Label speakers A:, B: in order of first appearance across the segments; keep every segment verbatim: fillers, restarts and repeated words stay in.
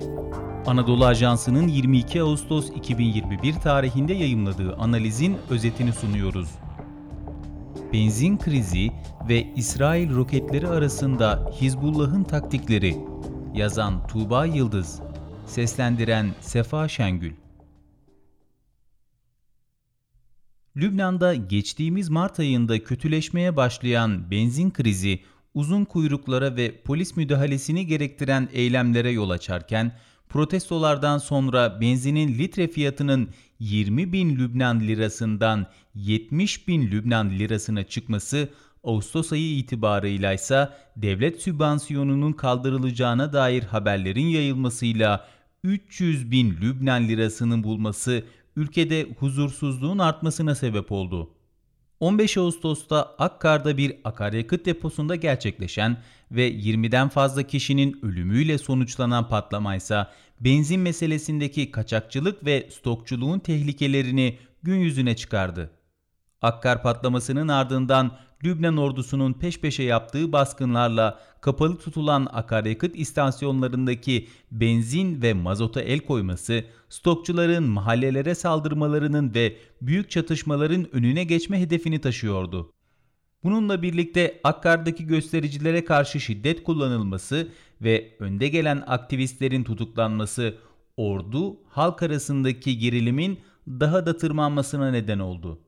A: Anadolu Ajansı'nın yirmi iki Ağustos iki bin yirmi bir tarihinde yayımladığı analizin özetini sunuyoruz. Benzin krizi ve İsrail roketleri arasında Hizbullah'ın taktikleri. Yazan Tuğba Yıldız, seslendiren Sefa Şengül. Lübnan'da geçtiğimiz Mart ayında kötüleşmeye başlayan benzin krizi, uzun kuyruklara ve polis müdahalesini gerektiren eylemlere yol açarken, protestolardan sonra benzinin litre fiyatının yirmi bin Lübnan lirasından yetmiş bin Lübnan lirasına çıkması, Ağustos ayı itibarıyla ise devlet sübvansiyonunun kaldırılacağına dair haberlerin yayılmasıyla üç yüz bin Lübnan lirasının bulması ülkede huzursuzluğun artmasına sebep oldu. on beş Ağustos'ta Akkar'da bir akaryakıt deposunda gerçekleşen ve yirmiden fazla kişinin ölümüyle sonuçlanan patlamaysa benzin meselesindeki kaçakçılık ve stokçuluğun tehlikelerini gün yüzüne çıkardı. Akkar patlamasının ardından Lübnan ordusunun peş peşe yaptığı baskınlarla kapalı tutulan akaryakıt istasyonlarındaki benzin ve mazota el koyması, stokçuların mahallelere saldırmalarının ve büyük çatışmaların önüne geçme hedefini taşıyordu. Bununla birlikte Akkar'daki göstericilere karşı şiddet kullanılması ve önde gelen aktivistlerin tutuklanması, ordu halk arasındaki gerilimin daha da tırmanmasına neden oldu.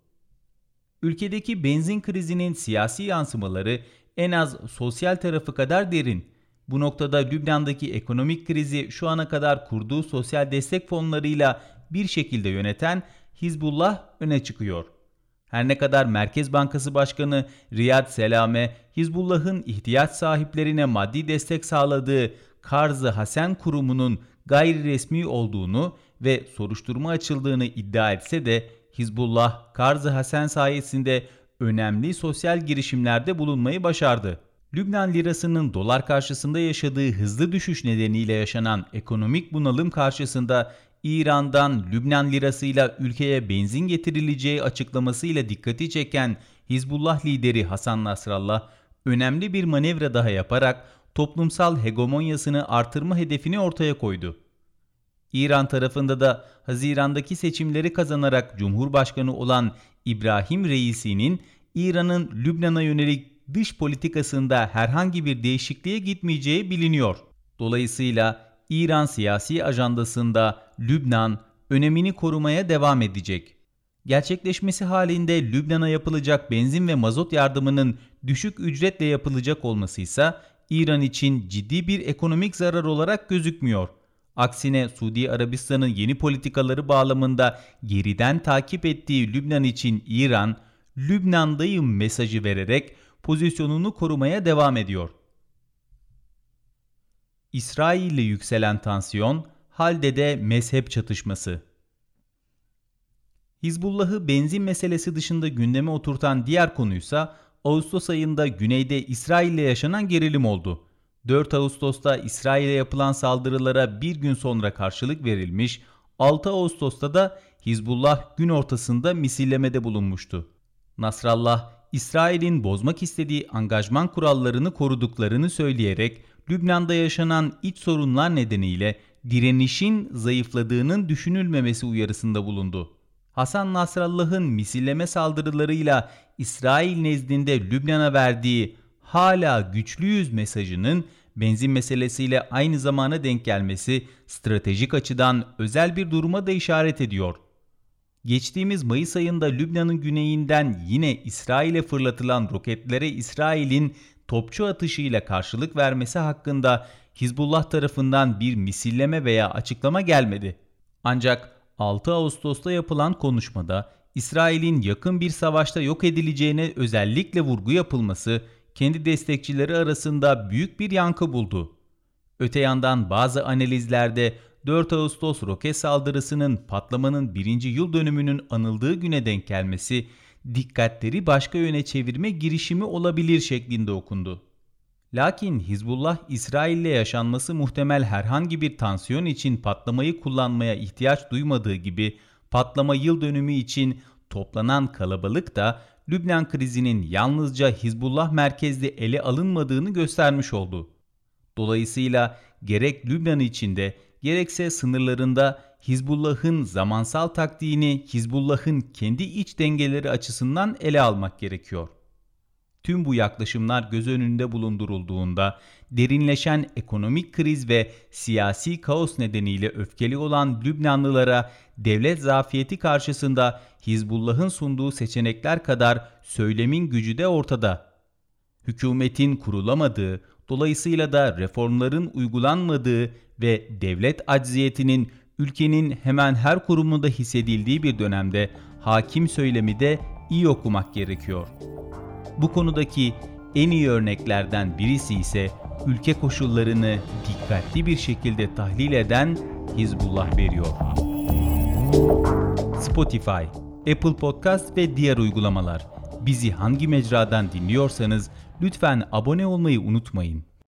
A: Ülkedeki benzin krizinin siyasi yansımaları en az sosyal tarafı kadar derin. Bu noktada Lübnan'daki ekonomik krizi şu ana kadar kurduğu sosyal destek fonlarıyla bir şekilde yöneten Hizbullah öne çıkıyor. Her ne kadar Merkez Bankası Başkanı Riyad Selame, Hizbullah'ın ihtiyaç sahiplerine maddi destek sağladığı Karz-ı Hasen kurumunun gayri resmi olduğunu ve soruşturma açıldığını iddia etse de, Hizbullah, Karz-ı Hasen sayesinde önemli sosyal girişimlerde bulunmayı başardı. Lübnan lirasının dolar karşısında yaşadığı hızlı düşüş nedeniyle yaşanan ekonomik bunalım karşısında İran'dan Lübnan lirasıyla ülkeye benzin getirileceği açıklamasıyla dikkati çeken Hizbullah lideri Hasan Nasrallah, önemli bir manevra daha yaparak toplumsal hegemonyasını artırma hedefini ortaya koydu. İran tarafında da Haziran'daki seçimleri kazanarak Cumhurbaşkanı olan İbrahim Reisi'nin İran'ın Lübnan'a yönelik dış politikasında herhangi bir değişikliğe gitmeyeceği biliniyor. Dolayısıyla İran siyasi ajandasında Lübnan önemini korumaya devam edecek. Gerçekleşmesi halinde Lübnan'a yapılacak benzin ve mazot yardımının düşük ücretle yapılacak olması ise İran için ciddi bir ekonomik zarar olarak gözükmüyor. Aksine Suudi Arabistan'ın yeni politikaları bağlamında geriden takip ettiği Lübnan için İran, Lübnan'dayım mesajı vererek pozisyonunu korumaya devam ediyor. İsrail'le yükselen tansiyon, Halde'de mezhep çatışması. Hizbullah'ı benzin meselesi dışında gündeme oturtan diğer konuysa Ağustos ayında güneyde İsrail'le yaşanan gerilim oldu. dört Ağustos'ta İsrail'e yapılan saldırılara bir gün sonra karşılık verilmiş, altı Ağustos'ta da Hizbullah gün ortasında misillemede bulunmuştu. Nasrallah, İsrail'in bozmak istediği angajman kurallarını koruduklarını söyleyerek Lübnan'da yaşanan iç sorunlar nedeniyle direnişin zayıfladığının düşünülmemesi uyarısında bulundu. Hasan Nasrallah'ın misilleme saldırılarıyla İsrail nezdinde Lübnan'a verdiği "hala güçlüyüz" mesajının benzin meselesiyle aynı zamana denk gelmesi stratejik açıdan özel bir duruma da işaret ediyor. Geçtiğimiz Mayıs ayında Lübnan'ın güneyinden yine İsrail'e fırlatılan roketlere İsrail'in topçu atışıyla karşılık vermesi hakkında Hizbullah tarafından bir misilleme veya açıklama gelmedi. Ancak altı Ağustos'ta yapılan konuşmada İsrail'in yakın bir savaşta yok edileceğine özellikle vurgu yapılması kendi destekçileri arasında büyük bir yankı buldu. Öte yandan bazı analizlerde dört Ağustos roket saldırısının patlamanın birinci yıl dönümünün anıldığı güne denk gelmesi dikkatleri başka yöne çevirme girişimi olabilir şeklinde okundu. Lakin Hizbullah, İsrail'le yaşanması muhtemel herhangi bir tansiyon için patlamayı kullanmaya ihtiyaç duymadığı gibi patlama yıl dönümü için toplanan kalabalık da Lübnan krizinin yalnızca Hizbullah merkezli ele alınmadığını göstermiş oldu. Dolayısıyla gerek Lübnan içinde gerekse sınırlarında Hizbullah'ın zamansal taktiğini Hizbullah'ın kendi iç dengeleri açısından ele almak gerekiyor. Tüm bu yaklaşımlar göz önünde bulundurulduğunda derinleşen ekonomik kriz ve siyasi kaos nedeniyle öfkeli olan Lübnanlılara devlet zafiyeti karşısında Hizbullah'ın sunduğu seçenekler kadar söylemin gücü de ortada. Hükümetin kurulamadığı, dolayısıyla da reformların uygulanmadığı ve devlet acziyetinin ülkenin hemen her kurumunda hissedildiği bir dönemde hakim söylemi de iyi okumak gerekiyor. Bu konudaki en iyi örneklerden birisi ise ülke koşullarını dikkatli bir şekilde tahlil eden Hizbullah veriyor. Spotify, Apple Podcast ve diğer uygulamalar. Bizi hangi mecradan dinliyorsanız lütfen abone olmayı unutmayın.